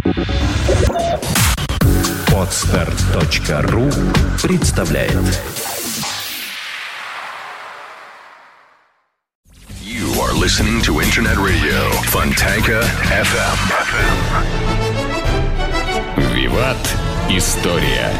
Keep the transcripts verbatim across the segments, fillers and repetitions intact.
Подстер точка ру представляет. You are listening to Internet Radio Fontanka эф эм. Виват. История.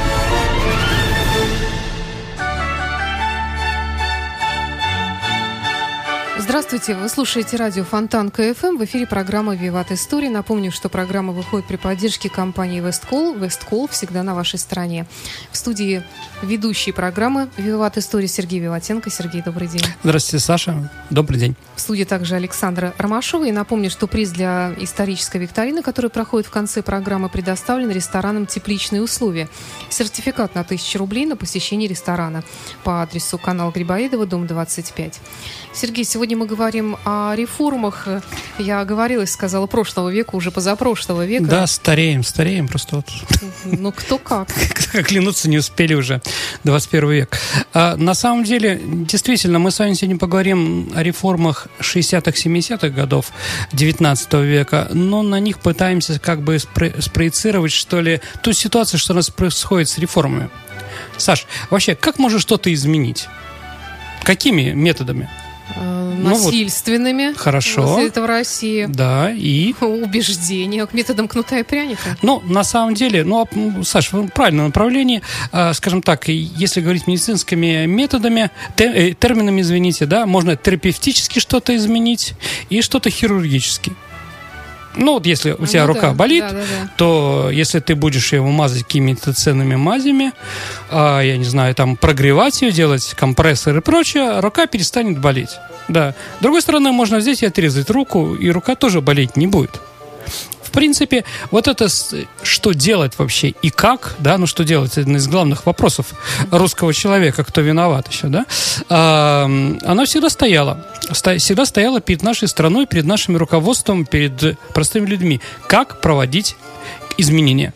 Здравствуйте, вы слушаете радио Фонтанка эф эм. В эфире программа «Виват. История». Напомню, что программа выходит при поддержке компании «Весткол». «Весткол» всегда на вашей стороне. В студии ведущий программы «Виват. История» Сергей Виватенко. Сергей, добрый день. Здравствуйте, Саша. Добрый день. В студии также Александра Ромашова. И напомню, что приз для исторической викторины, который проходит в конце программы, предоставлен рестораном «Тепличные условия». Сертификат на тысячу рублей на посещение ресторана по адресу канал Грибоедова, дом двадцать пять. Сергей, сегодня мы говорим о реформах. Я оговорилась, сказала, прошлого века, уже позапрошлого века. Да, стареем, стареем просто вот. Ну, кто как. Оглянуться не успели уже. двадцать первый век. А, на самом деле, действительно, мы с вами сегодня поговорим о реформах шестидесятых, семидесятых годов девятнадцатого века, но на них пытаемся как бы спро- спроецировать, что ли, ту ситуацию, что у нас происходит с реформами. Саш, вообще, как можно что-то изменить? Какими методами? Насильственными. Ну, вот, хорошо. Это в России. Да, и? Убеждения к методам кнута и пряника. Ну, на самом деле, ну, Саш, вы в правильном направлении. Скажем так, если говорить медицинскими методами, терминами, извините, да, можно терапевтически что-то изменить и что-то хирургически. Ну, вот если у тебя ну, рука да, болит, да, да, да. то если ты будешь его мазать какими-то ценными мазями, а, я не знаю, там, прогревать ее, делать компрессор и прочее, рука перестанет болеть. Да. С другой стороны, можно взять и отрезать руку, и рука тоже болеть не будет. В принципе, вот это, что делать вообще и как, да, ну что делать, это один из главных вопросов русского человека, кто виноват еще, да, а, она всегда стояла, всегда стояла перед нашей страной, перед нашим руководством, перед простыми людьми, как проводить изменения.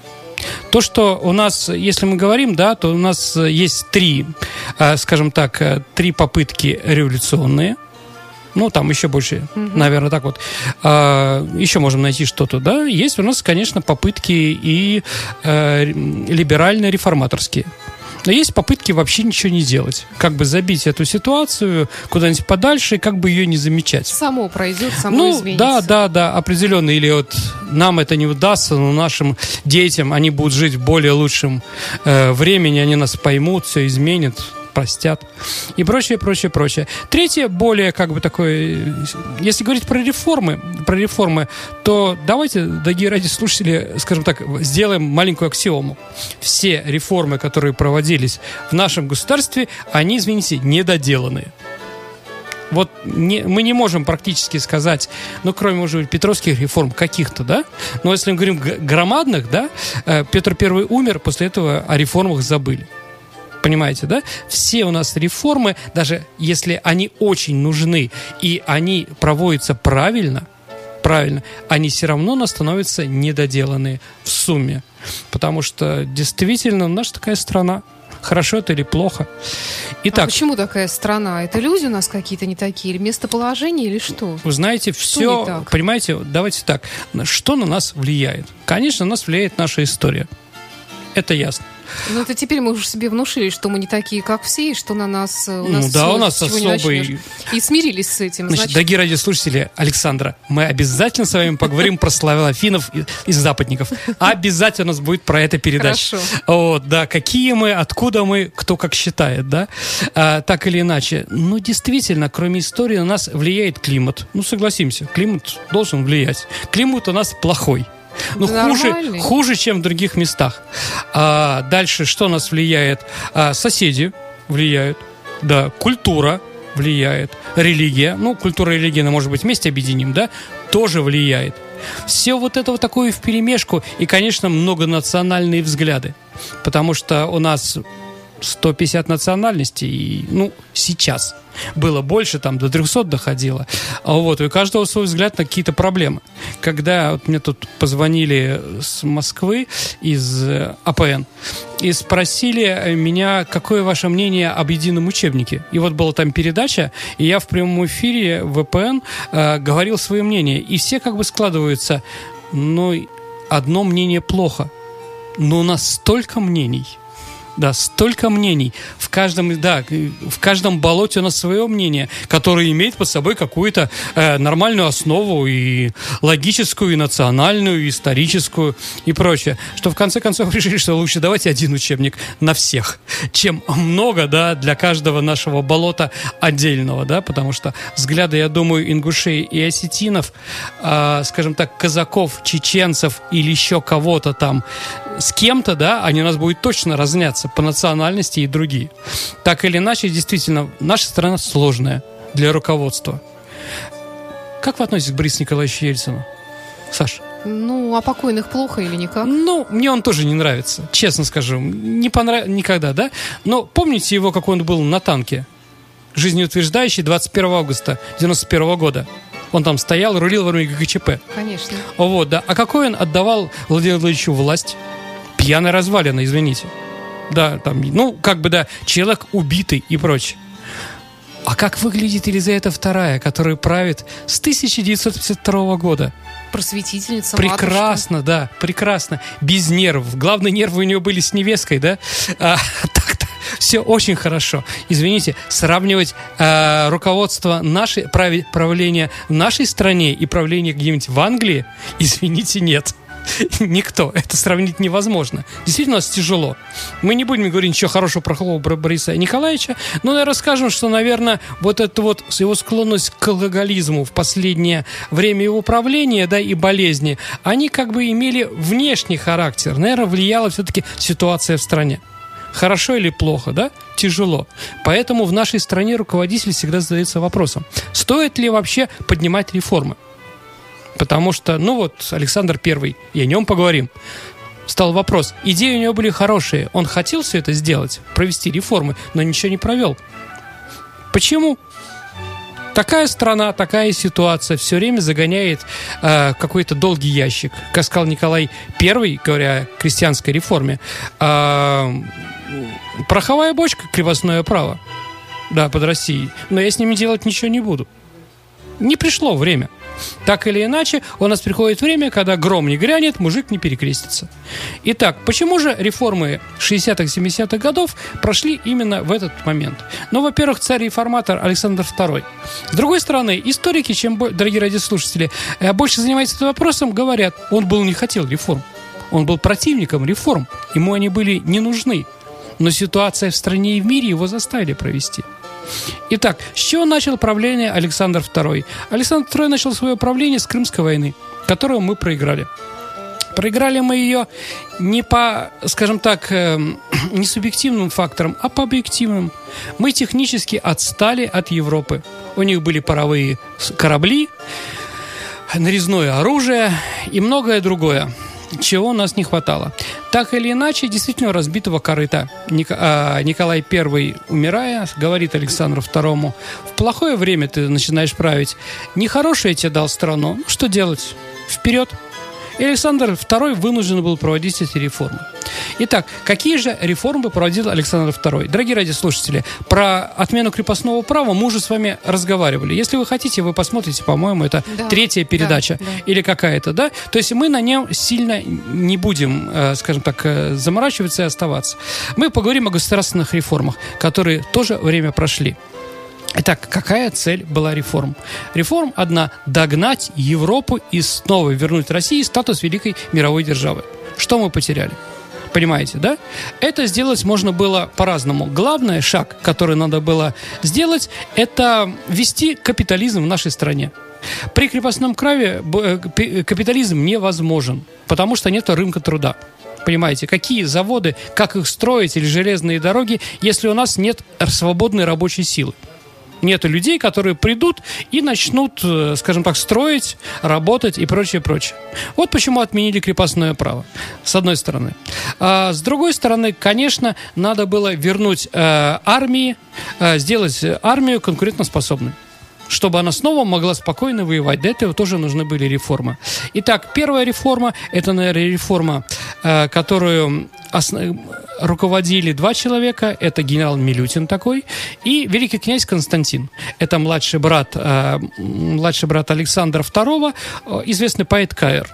То, что у нас, если мы говорим, да, то у нас есть три, скажем так, три попытки революционные. Ну, там еще больше, mm-hmm. наверное, так вот. А, еще можем найти что-то, да. Есть у нас, конечно, попытки и э, либерально-реформаторские. Но есть попытки вообще ничего не делать. Как бы забить эту ситуацию куда-нибудь подальше и как бы ее не замечать. Само пройдет, само ну, изменится. Да, да, да, определенно. Или вот нам это не удастся, но нашим детям они будут жить в более лучшем э, времени, они нас поймут, все изменят, простят и прочее, прочее, прочее. Третье, более как бы такое, если говорить про реформы, про реформы, то давайте, дорогие радиослушатели, скажем так, сделаем маленькую аксиому. Все реформы, которые проводились в нашем государстве, они, извините, недоделанные. Вот не, мы не можем практически сказать, ну, кроме, может быть, петровских реформ каких-то, да, но если мы говорим громадных, да, Петр Первый умер, после этого о реформах забыли. Понимаете, да? Все у нас реформы, даже если они очень нужны и они проводятся правильно, правильно, они все равно у нас становятся недоделанные в сумме. Потому что действительно наша такая страна. Хорошо это или плохо. Итак, а почему такая страна? Это люди у нас какие-то не такие? Или местоположение, или что? Вы знаете, что все, понимаете, давайте так. Что на нас влияет? Конечно, на нас влияет наша история. Это ясно. Ну, это теперь мы уже себе внушили, что мы не такие, как все, и что на нас... У нас ну, да, у нас особый... И смирились с этим. Значит, Значит, дорогие радиослушатели, Александра, мы обязательно с вами поговорим про славянофинов из западников. Обязательно у нас будет про это передача. Хорошо. Вот, да, какие мы, откуда мы, кто как считает, да, а, так или иначе. Ну, действительно, кроме истории, на нас влияет климат. Ну, согласимся, климат должен влиять. Климат у нас плохой. Ну, да хуже, хуже, чем в других местах. А дальше что нас влияет? А, соседи влияют, да, культура влияет, религия, ну, культура и религия, может быть, вместе объединим, да, тоже влияет. Все вот это вот такое вперемешку и, конечно, многонациональные взгляды, потому что у нас сто пятьдесят национальностей, и, ну, сейчас было больше, там, до трехсот доходило. А вот, и у каждого свой взгляд на какие-то проблемы. Когда вот мне тут позвонили с Москвы, из А П Н, и спросили меня, какое ваше мнение об едином учебнике. И вот была там передача, и я в прямом эфире в А П Н э, говорил свое мнение. И все как бы складываются, ну, одно мнение плохо, но у нас столько мнений. Да, столько мнений. В каждом, да, в каждом болоте у нас свое мнение, которое имеет под собой какую-то э, нормальную основу и логическую, и национальную, и историческую, и прочее. Что в конце концов решили, что лучше давайте один учебник на всех, чем много, да, для каждого нашего болота отдельного, да, потому что взгляды, я думаю, ингушей и осетинов, э, скажем так, казаков, чеченцев или еще кого-то там с кем-то, да, они у нас будут точно разнятся по национальности и другие. Так или иначе, действительно, наша страна сложная для руководства. Как вы относитесь к Борису Николаевичу Ельцину, Саш? Ну, а покойных плохо или никак? Ну, мне он тоже не нравится, честно скажу. Не понравился никогда, да? Но помните его, как он был на танке? Жизнеутверждающий двадцать первого августа девяносто первого года. Он там стоял, рулил во время ГКЧП. Конечно. Вот, да. А какой он отдавал Владимиру Владимировичу власть? Пьяная развалина, извините. Да, там, ну, как бы, да, человек убитый и прочее. А как выглядит Елизавета вторая, которая правит с тысяча девятьсот пятьдесят второго года? Просветительница, прекрасно, матушка. Да, прекрасно. Без нервов. Главные нервы у нее были с невесткой, да? А, так-то все очень хорошо. Извините, сравнивать э, руководство нашей, прави, правления в нашей стране и правление где-нибудь в Англии, извините, нет. Никто. Это сравнить невозможно. Действительно, у нас тяжело. Мы не будем говорить ничего хорошего про Бориса Николаевича, но, наверное, скажем, что, наверное, вот эта вот его склонность к алкоголизму в последнее время его правления, да, и болезни, они как бы имели внешний характер. Наверное, влияла все-таки ситуация в стране. Хорошо или плохо, да? Тяжело. Поэтому в нашей стране руководитель всегда задается вопросом, стоит ли вообще поднимать реформы? Потому что, ну вот, Александр Первый, и о нем поговорим. Стал вопрос. Идеи у него были хорошие. Он хотел все это сделать, провести реформы, но ничего не провел. Почему? Такая страна, такая ситуация все время загоняет э, какой-то долгий ящик. Как сказал Николай Первый, говоря о крестьянской реформе, э, пороховая бочка, крепостное право, да, под Россией. Но я с ними делать ничего не буду. Не пришло время. Так или иначе, у нас приходит время, когда гром не грянет, мужик не перекрестится. Итак, почему же реформы шестидесятых-семидесятых годов прошли именно в этот момент? Ну, во-первых, царь-реформатор Александр Второй. С другой стороны, историки, чем, дорогие радиослушатели, больше занимаются этим вопросом, говорят, он был не хотел реформ. Он был противником реформ. Ему они были не нужны. Но ситуация в стране и в мире его заставили провести. Итак, с чего начал правление Александр Второй? Александр Второй начал свое правление с Крымской войны, которую мы проиграли. Проиграли мы ее не по, скажем так, не субъективным факторам, а по объективным. Мы технически отстали от Европы. У них были паровые корабли, нарезное оружие и многое другое, чего у нас не хватало. Так или иначе, действительно разбитого корыта. Николай Первый, умирая, говорит Александру Второму: в плохое время ты начинаешь править. Нехорошее тебе дал страну. Ну, что делать? Вперед! И Александр Второй вынужден был проводить эти реформы. Итак, какие же реформы проводил Александр Второй? Дорогие радиослушатели, про отмену крепостного права мы уже с вами разговаривали. Если вы хотите, вы посмотрите, по-моему, это да, третья передача, да, да. или какая-то, да? То есть мы на нем сильно не будем, скажем так, заморачиваться и оставаться. Мы поговорим о государственных реформах, которые тоже время прошли. Итак, какая цель была реформ? Реформ одна – догнать Европу и снова вернуть России статус великой мировой державы. Что мы потеряли? Понимаете, да? Это сделать можно было по-разному. Главный шаг, который надо было сделать, это ввести капитализм в нашей стране. При крепостном праве капитализм невозможен, потому что нет рынка труда. Понимаете, какие заводы, как их строить или железные дороги, если у нас нет свободной рабочей силы? Нету людей, которые придут и начнут, скажем так, строить, работать и прочее, прочее. Вот почему отменили крепостное право, с одной стороны. А с другой стороны, конечно, надо было вернуть э, армии, э, сделать армию конкурентоспособной, чтобы она снова могла спокойно воевать. Для этого тоже нужны были реформы. Итак, первая реформа, это, наверное, реформа, э, которую основ... руководили два человека. Это генерал Милютин такой и великий князь Константин. Это младший брат, э, младший брат Александра Второго, э, известный поэт Каир.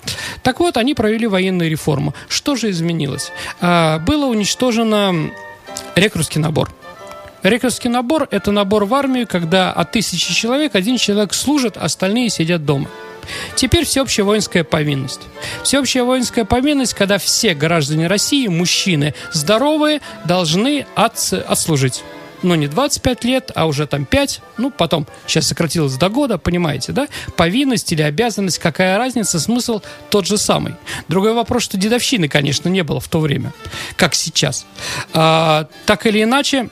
Так вот, они провели военную реформу. Что же изменилось? А, было уничтожено рекрутский набор. Рекрутский набор – это набор в армию, когда от тысячи человек один человек служит, остальные сидят дома. Теперь всеобщая воинская повинность. Всеобщая воинская повинность, когда все граждане России, мужчины здоровые, должны от, отслужить. Ну, не двадцать пять лет, а уже там пять, ну, потом, сейчас сократилось до года, понимаете, да? Повинность или обязанность, какая разница, смысл тот же самый. Другой вопрос, что дедовщины, конечно, не было в то время, как сейчас. А, так или иначе,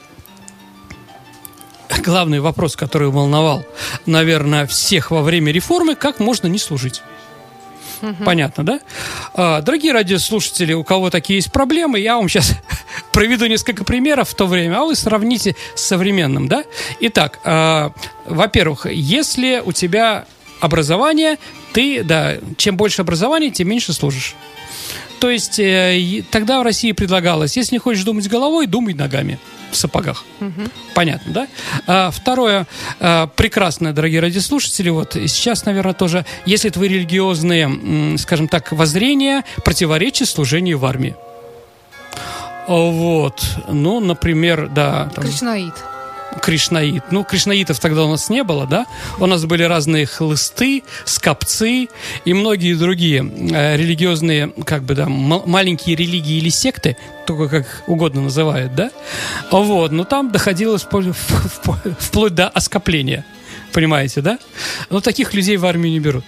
главный вопрос, который волновал, наверное, всех во время реформы, как можно не служить. Угу. Понятно, да? А, дорогие радиослушатели, у кого такие есть проблемы, я вам сейчас проведу несколько примеров в то время, а вы сравните с современным, да? Итак, а, во-первых, если у тебя образование, ты, да, чем больше образования, тем меньше служишь. То есть э, тогда в России предлагалось, если не хочешь думать головой, думай ногами в сапогах. Угу. Понятно, да? А, второе, а, прекрасное, дорогие радиослушатели, вот сейчас, наверное, тоже, если твои религиозные, м, скажем так, воззрения противоречат служению в армии. Вот, ну, например, да. Там, Кришнаит. Кришнаит. Ну, кришнаитов тогда у нас не было, да? У нас были разные хлысты, скопцы и многие другие э, религиозные, как бы, да, м- маленькие религии или секты, только как угодно называют, да? Вот, но там доходило вплоть, вплоть до оскопления, понимаете, да? Но таких людей в армию не берут.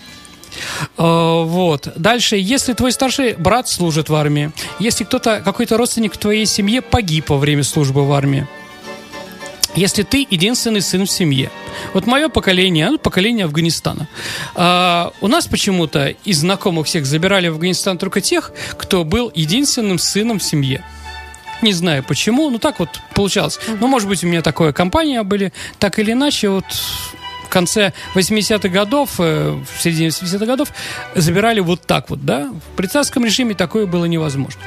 Вот. Дальше, если твой старший брат служит в армии, если кто-то, какой-то родственник в твоей семье погиб во время службы в армии, если ты единственный сын в семье. Вот мое поколение, ну, поколение Афганистана. А, у нас почему-то из знакомых всех забирали в Афганистан только тех, кто был единственным сыном в семье. Не знаю почему, но так вот получалось. Ну, может быть, у меня такое компания были. Так или иначе, вот в конце восьмидесятых годов, в середине восьмидесятых годов забирали вот так вот, да. В царском режиме такое было невозможно.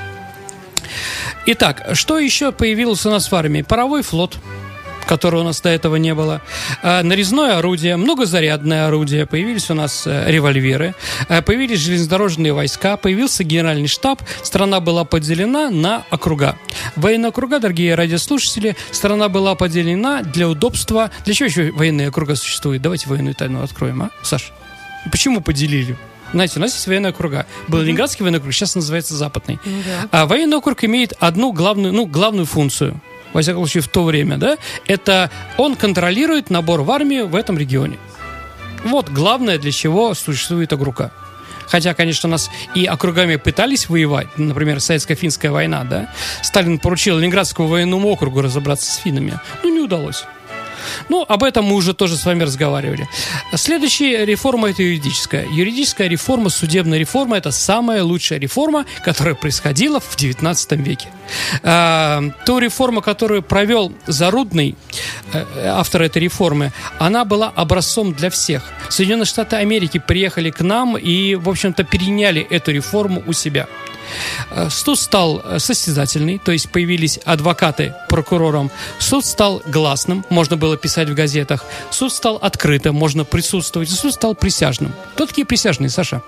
Итак, что еще появилось у нас в армии? Паровой флот, которого у нас до этого не было. Нарезное орудие, многозарядное орудие. Появились у нас револьверы. Появились железнодорожные войска. Появился генеральный штаб. Страна была поделена на округа. Военные округа, дорогие радиослушатели, страна была поделена для удобства. Для чего еще военные округа существуют? Давайте военную тайну откроем, а, Саш? Почему поделили? Знаете, у нас есть военные округа. Был Ленинградский военный округ, сейчас называется Западный. Ну, да. А военный округ имеет одну главную, ну, главную функцию. Во всяком случае, в то время, да, это он контролирует набор в армию в этом регионе. Вот главное, для чего существует округа. Хотя, конечно, у нас и округами пытались воевать, например, Советско-финская война, да. Сталин поручил Ленинградскому военному округу разобраться с финнами. Ну, не удалось. Ну, об этом мы уже тоже с вами разговаривали. Следующая реформа – это юридическая. Юридическая реформа, судебная реформа – это самая лучшая реформа, которая происходила в девятнадцатом веке. А, ту реформу, которую провел Зарудный, автор этой реформы, она была образцом для всех. Соединенные Штаты Америки приехали к нам и, в общем-то, переняли эту реформу у себя. Суд стал состязательный, то есть появились адвокаты прокурорам. Суд стал гласным, можно было писать в газетах. Суд стал открытым, можно присутствовать. Суд стал присяжным. Кто такие присяжные, Саша?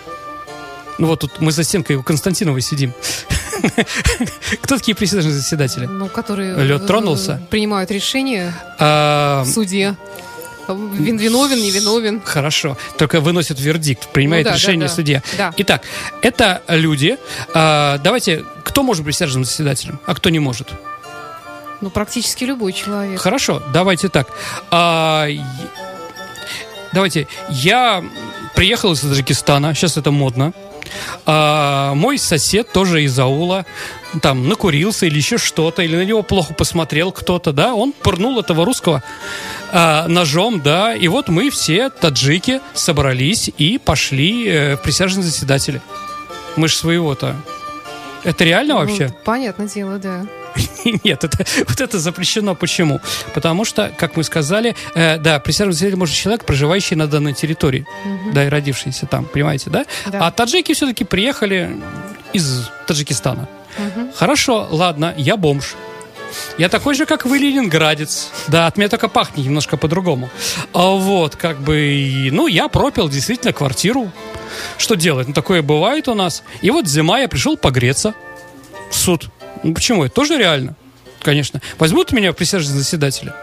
Ну вот тут мы за стенкой у Константинова сидим. Кто такие присяжные заседатели? Ну, которые Лед тронулся. Принимают решения в суде. Виновен, не виновен. Хорошо. Только выносят вердикт, принимает ну, да, решение да, да. судья. Да. Итак, это люди. А, давайте, кто может быть присяжным заседателем, а кто не может? Ну, практически любой человек. Хорошо, давайте так. А, давайте, я приехал из Таджикистана, сейчас это модно. А, мой сосед тоже из аула там накурился или еще что-то, или на него плохо посмотрел кто-то, да, он пырнул этого русского а, ножом, да, и вот мы все, таджики, собрались и пошли э, в присяжные заседатели. Мы ж своего-то. Это реально вообще? Ну, понятное дело, да. Нет, это, вот это запрещено. Почему? Потому что, как мы сказали, э, да, присяжный заседатель может человек, проживающий на данной территории, угу. да, и родившийся там, понимаете, да? да? А таджики все-таки приехали из Таджикистана. Угу. Хорошо, ладно, я бомж. Я такой же, как вы, ленинградец. Да, от меня только пахнет немножко по-другому. А вот, как бы, ну, я пропил действительно квартиру. Что делать? Ну, такое бывает у нас. И вот зима, я пришел погреться в суд. Ну, почему? Это тоже реально, конечно. Возьмут меня присяжные заседатели?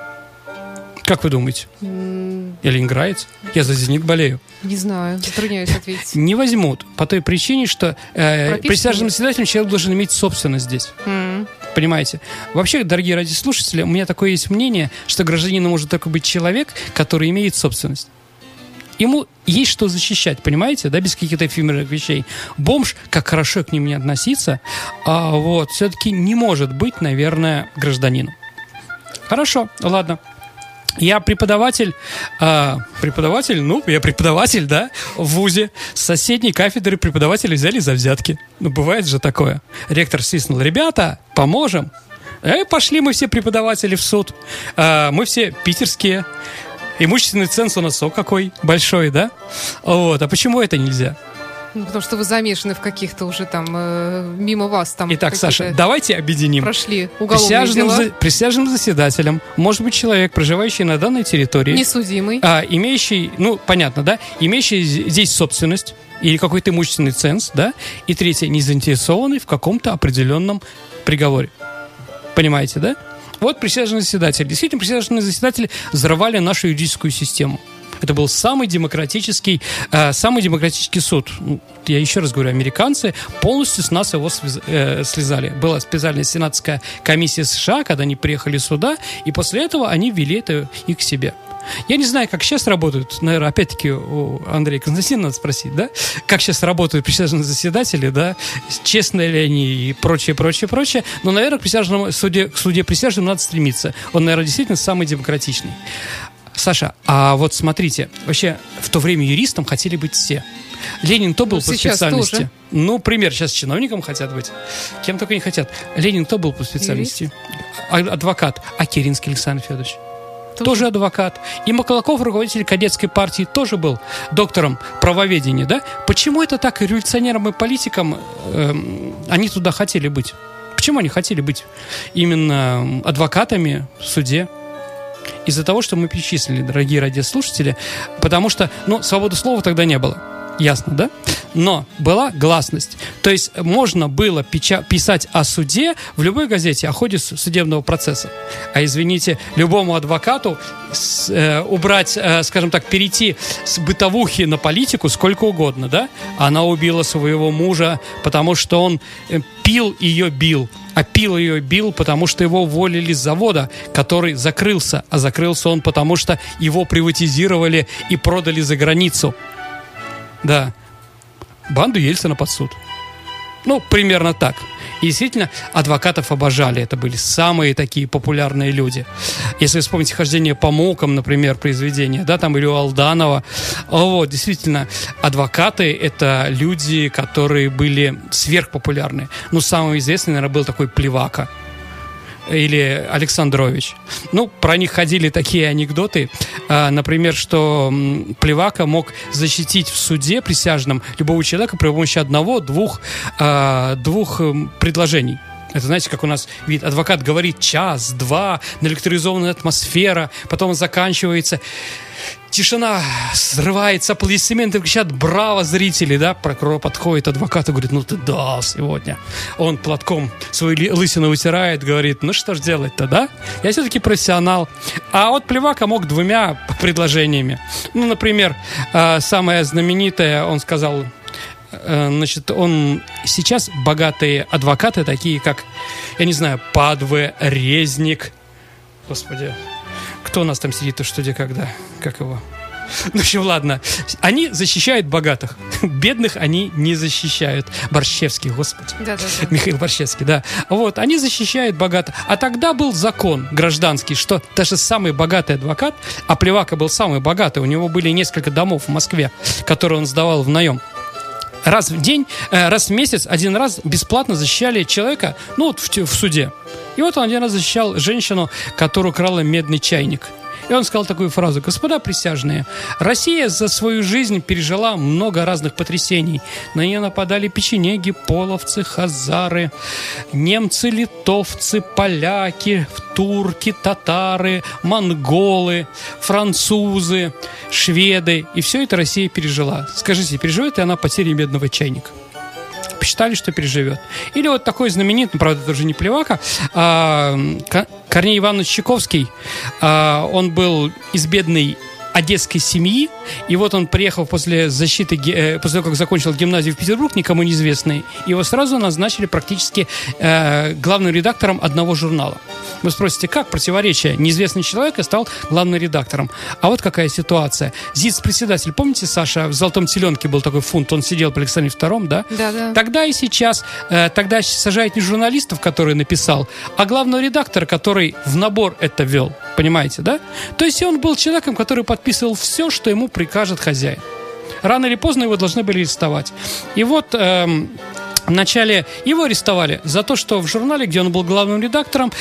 Как вы думаете? М, Я ленинградец. Я за «Зенит» болею. Не знаю, затрудняюсь ответить. Не возьмут. По той причине, что э, Прописано? присяжным заседателем человек должен иметь собственность здесь. М, Понимаете? Вообще, дорогие радиослушатели, у меня такое есть мнение, что гражданином может только быть человек, который имеет собственность. Ему есть что защищать, понимаете, да, без каких-то эфемерных вещей. Бомж, как хорошо к ним не относиться, а, вот, все-таки не может быть, наверное, гражданином. Хорошо, ладно. Я преподаватель, а, преподаватель, ну, я преподаватель, да, в вузе. С соседней кафедры преподаватели взяли за взятки. Ну, бывает же такое. Ректор свистнул: ребята, поможем. И пошли мы все преподаватели в суд. А, мы все питерские. Имущественный ценз у нас о какой большой, да? Вот. А почему это нельзя? ну, потому что вы замешаны в каких-то уже там, э, мимо вас там Итак, какие-то Саша, давайте объединим. прошли уголовные Присяжным, дела. за- присяжным заседателем может быть человек, проживающий на данной территории, Несудимый. а, имеющий, ну, понятно, да, имеющий з- здесь собственность или какой-то имущественный ценз, да, и третье, не заинтересованный в каком-то определенном приговоре. Понимаете, да? Вот присяжные заседатели. Действительно, присяжные заседатели взорвали нашу юридическую систему. Это был самый демократический, э, самый демократический суд. Ну, я еще раз говорю, американцы полностью с нас его связ- э, слезали. Была специальная сенатская комиссия США, когда они приехали сюда, и после этого они ввели это их к себе. Я не знаю, как сейчас работают, наверное, опять-таки у Андрея Константиновича надо спросить, да, как сейчас работают присяжные заседатели, да, честные ли они и прочее, прочее, прочее, но, наверное, к присяжному суде, к суде присяжным надо стремиться. Он, наверное, действительно самый демократичный. Саша, а вот смотрите, вообще в то время юристом хотели быть все. Ленин кто был Ну, по сейчас специальности? тоже. Ну, пример, сейчас чиновником хотят быть. Кем только не хотят. Ленин кто был по специальности? А- Адвокат. А Керенский Александр Федорович? Тоже адвокат. И Маколоков, руководитель кадетской партии, тоже был доктором правоведения, да? Почему это так? И революционерам, и политикам эм, они туда хотели быть? Почему они хотели быть именно адвокатами в суде? Из-за того, что мы перечислили, дорогие радиослушатели, потому что, ну, свободы слова тогда не было. Ясно, да? Но была гласность. То есть можно было печа- писать о суде в любой газете, о ходе с- судебного процесса. А, извините, любому адвокату с- э, убрать, э, скажем так, перейти с бытовухи на политику сколько угодно, да? Она убила своего мужа, потому что он э, пил ее бил. А пил ее бил, потому что его уволили с завода, который закрылся. А закрылся он, потому что его приватизировали и продали за границу. Да. Банду Ельцина под суд. Ну, примерно так. И действительно, адвокатов обожали. Это были самые такие популярные люди. Если вспомните «Хождение по мукам», например, произведение, да, там или у Алданова. Вот, действительно, адвокаты — это люди, которые были сверхпопулярны. Ну, самый известный, наверное, был такой Плевака. Или Александрович. Ну, про них ходили такие анекдоты, а, например, что м, Плевака мог защитить в суде присяжном любого человека при помощи одного-двух а, двух м, предложений. Это, знаете, как у нас вид, адвокат говорит час, два, наэлектризованная атмосфера, потом заканчивается, тишина, срывается, аплодисменты кричат «Браво!» зрители, да? Прокурор подходит, адвокат и говорит: ну ты дал сегодня. Он платком свою ли- лысину вытирает, говорит: ну что ж делать-то, да? Я все-таки профессионал. А вот Плевака мог двумя предложениями. Ну, например, э, самое знаменитое, он сказал... Значит, он сейчас богатые адвокаты, такие как, я не знаю, Падве, Резник. Господи, кто у нас там сидит в студии когда? Как его? Ну, в общем, ладно. Они защищают богатых. Бедных они не защищают. Борщевский, господи. Да-да-да. Михаил Борщевский, да. Вот, они защищают богатых. А тогда был закон гражданский, что даже самый богатый адвокат, а Плевака был самый богатый, у него были несколько домов в Москве, которые он сдавал в наем. Раз в день, э, раз в месяц, один раз бесплатно защищали человека, ну, вот в, в суде. И вот он один раз защищал женщину, которая украла медный чайник. И он сказал такую фразу: «Господа присяжные, Россия за свою жизнь пережила много разных потрясений. На нее нападали печенеги, половцы, хазары, немцы, литовцы, поляки, турки, татары, монголы, французы, шведы. И все это Россия пережила. Скажите, переживет ли она потери медного чайника?» Посчитали, что переживет. Или вот такой знаменитый, правда, это уже не Плевака, а, Корней Иванович Чайковский. А, он был из бедной одесской семьи, и вот он приехал после защиты, после того, как закончил гимназию в Петербург, никому неизвестный, его сразу назначили практически э, главным редактором одного журнала. Вы спросите, как противоречие? Неизвестный человек и стал главным редактором. А вот какая ситуация. ЗИЦ-председатель, помните, Саша, в «Золотом теленке» был такой фунт, он сидел при Александре Втором, да? Да, да. Тогда и сейчас, э, тогда сажают не журналистов, которые написал, а главного редактора, который в набор это вел. Понимаете, да? То есть он был человеком, который подписывал все, что ему прикажет хозяин. Рано или поздно его должны были арестовать. И вот... Эм, Вначале его арестовали за то, что в журнале, где он был главным редактором,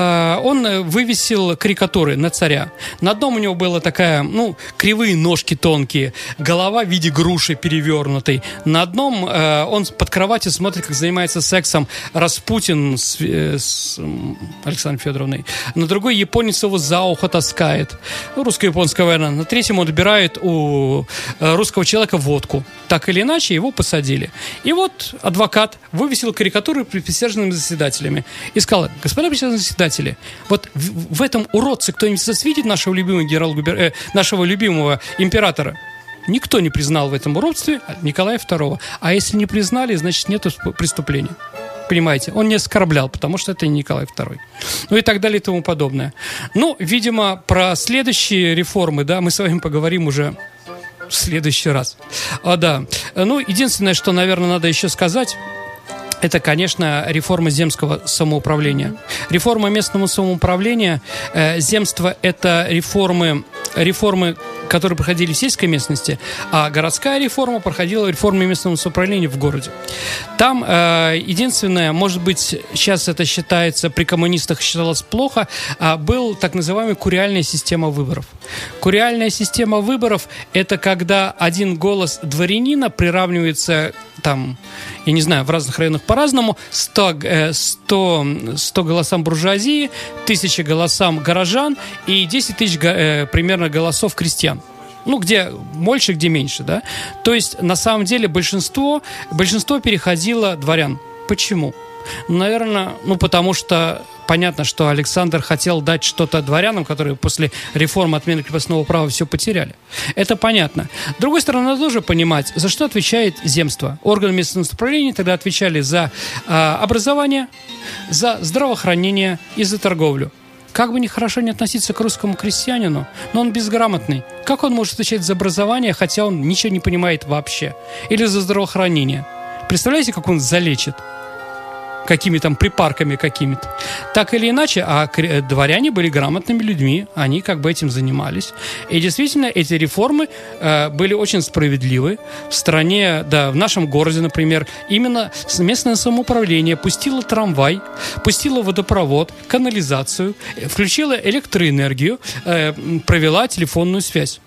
он вывесил карикатуры на царя. На одном у него была такая, ну, кривые ножки тонкие, голова в виде груши перевернутой. На одном он под кроватью смотрит, как занимается сексом Распутин с, с Александрой Федоровной. На другой японец его за ухо таскает. Ну, русско-японская война. На третьем он отбирает у русского человека водку. Так или иначе, его посадили. И вот адвокат вывесил карикатуры перед присяжными заседателями и сказал: господа присяжные заседатели, вот в, в этом уродце кто-нибудь видит нашего любимого генерала э, нашего любимого императора? Никто не признал в этом уродстве Николая Второго. А если не признали, значит, нет преступления. Понимаете, он не оскорблял, потому что это не Николай Второй. Ну и так далее и тому подобное. Ну, видимо, про следующие реформы, да, мы с вами поговорим уже в следующий раз. А, да. Ну, единственное, что, наверное, надо еще сказать, это, конечно, реформа земского самоуправления. Реформа местного самоуправления, э, земство – это реформы, реформы, которые проходили в сельской местности, а городская реформа проходила реформы местного самоуправления в городе. Там э, единственное, может быть, сейчас это считается, при коммунистах считалось плохо, а был так называемая куриальная система выборов. Куриальная система выборов – это когда один голос дворянина приравнивается, там, я не знаю, в разных районах по-разному, сто, сто, сто голосам буржуазии, тысяча голосам горожан и десять тысяч э, примерно голосов крестьян. Ну, где больше, где меньше, да? То есть, на самом деле, большинство, большинство переходило дворян. Почему? Наверное, ну, потому что понятно, что Александр хотел дать что-то дворянам, которые после реформы отмены крепостного права все потеряли. Это понятно. С другой стороны, надо тоже понимать, за что отвечает земство. Органы местного самоуправления тогда отвечали за э, образование, за здравоохранение и за торговлю. Как бы ни хорошо не относиться к русскому крестьянину, но он безграмотный. Как он может отвечать за образование, хотя он ничего не понимает вообще? Или за здравоохранение? Представляете, как он залечит? Какими там припарками какими-то. Так или иначе, а дворяне были грамотными людьми, они как бы этим занимались. И действительно, эти реформы э, были очень справедливы. В стране, да, в нашем городе, например, именно местное самоуправление пустило трамвай, пустило водопровод, канализацию, включило электроэнергию, э, провела телефонную связь.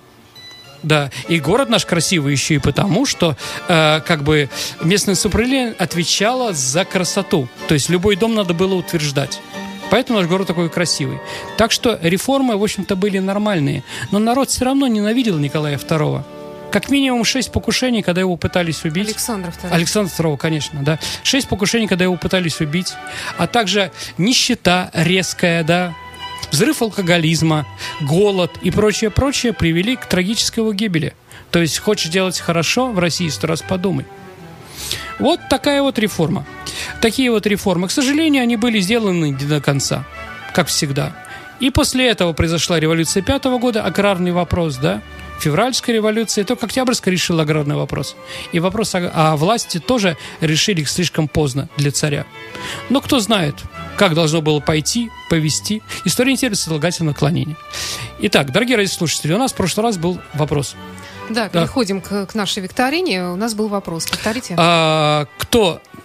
Да, и город наш красивый еще и потому, что э, как бы местное самоуправление отвечало за красоту. То есть любой дом надо было утверждать. Поэтому наш город такой красивый. Так что реформы, в общем-то, были нормальные. Но народ все равно ненавидел Николая Второго. Как минимум шесть покушений, когда его пытались убить. Александра Второго. Александра Второго, конечно, да. Шесть покушений, когда его пытались убить. А также нищета резкая, да. Взрыв алкоголизма, голод и прочее-прочее привели к трагической его гибели. То есть, хочешь делать хорошо в России, сто раз подумай. Вот такая вот реформа. Такие вот реформы. К сожалению, они были сделаны не до конца, как всегда. И после этого произошла революция пятого года, аграрный вопрос, да? Февральская революция, только Октябрьская решила аграрный вопрос. И вопрос о, о власти тоже решили слишком поздно для царя. Но кто знает, как должно было пойти, повести. История интереса слагательного наклонения. Итак, дорогие радиослушатели, у нас в прошлый раз был вопрос. Да, переходим да. К, к нашей викторине. У нас был вопрос. Повторите. А, кто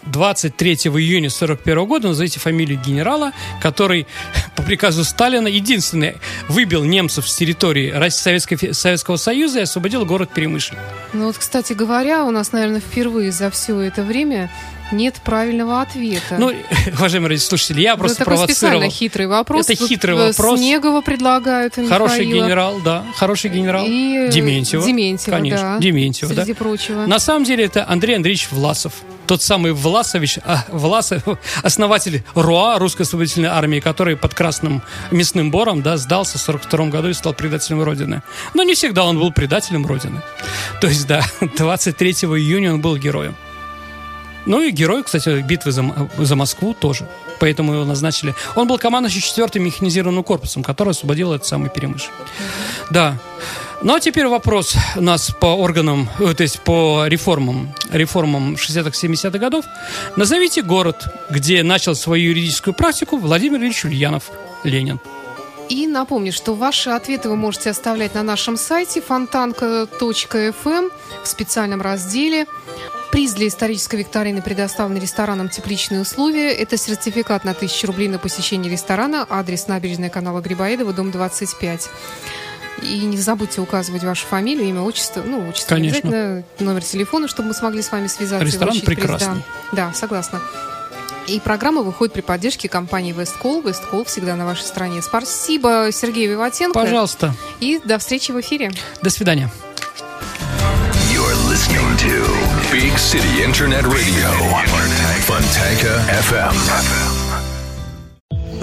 двадцать третьего июня сорок первого года, назовите фамилию генерала, который по приказу Сталина единственный выбил немцев с территории Советской, Советского Союза и освободил город Перемышль. Ну вот, кстати говоря, у нас, наверное, впервые за все это время нет правильного ответа. Ну, уважаемые радиослушатели, я просто это провоцировал. Это специально хитрый вопрос. Это Тут хитрый вопрос. Снегова предлагают и Хороший Михаила. генерал, да. Хороший генерал. И Дементьева. Дементьева, конечно. да. Дементьева, Среди да. прочего. На самом деле это Андрей Андреевич Власов. Тот самый Власович, а, Власов, основатель РУА, Русской освободительной армии, который под Красным Мясным Бором, да, сдался в сорок втором году и стал предателем Родины. Но не всегда он был предателем Родины. То есть, да, двадцать третьего июня он был героем. Ну и герой, кстати, битвы за, за Москву тоже. Поэтому его назначили. Он был командующим четвёртым механизированным корпусом, который освободил этот самый Перемышль. Да. Ну а теперь вопрос у нас по органам, то есть по реформам, реформам шестидесятых-семидесятых годов. Назовите город, где начал свою юридическую практику Владимир Ильич Ульянов, Ленин. И напомню, что ваши ответы вы можете оставлять на нашем сайте фонтанка точка эф эм в специальном разделе. Приз для исторической викторины предоставлен рестораном «Тепличные условия». Это сертификат на тысячу рублей на посещение ресторана. Адрес: набережная канала Грибоедова, дом двадцать пять. И не забудьте указывать вашу фамилию, имя, отчество. Ну, отчество Конечно. обязательно, номер телефона, чтобы мы смогли с вами связаться. Ресторан прекрасный. Да, согласна. И программа выходит при поддержке компании Весткол. Весткол всегда на вашей стороне. Спасибо Сергею Виватенко. Пожалуйста. И до встречи в эфире. До свидания. You're listening to Big City Internet Radio, Fontanka эф эм.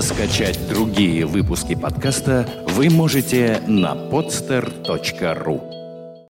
Скачать другие выпуски подкаста вы можете на podster точка ру.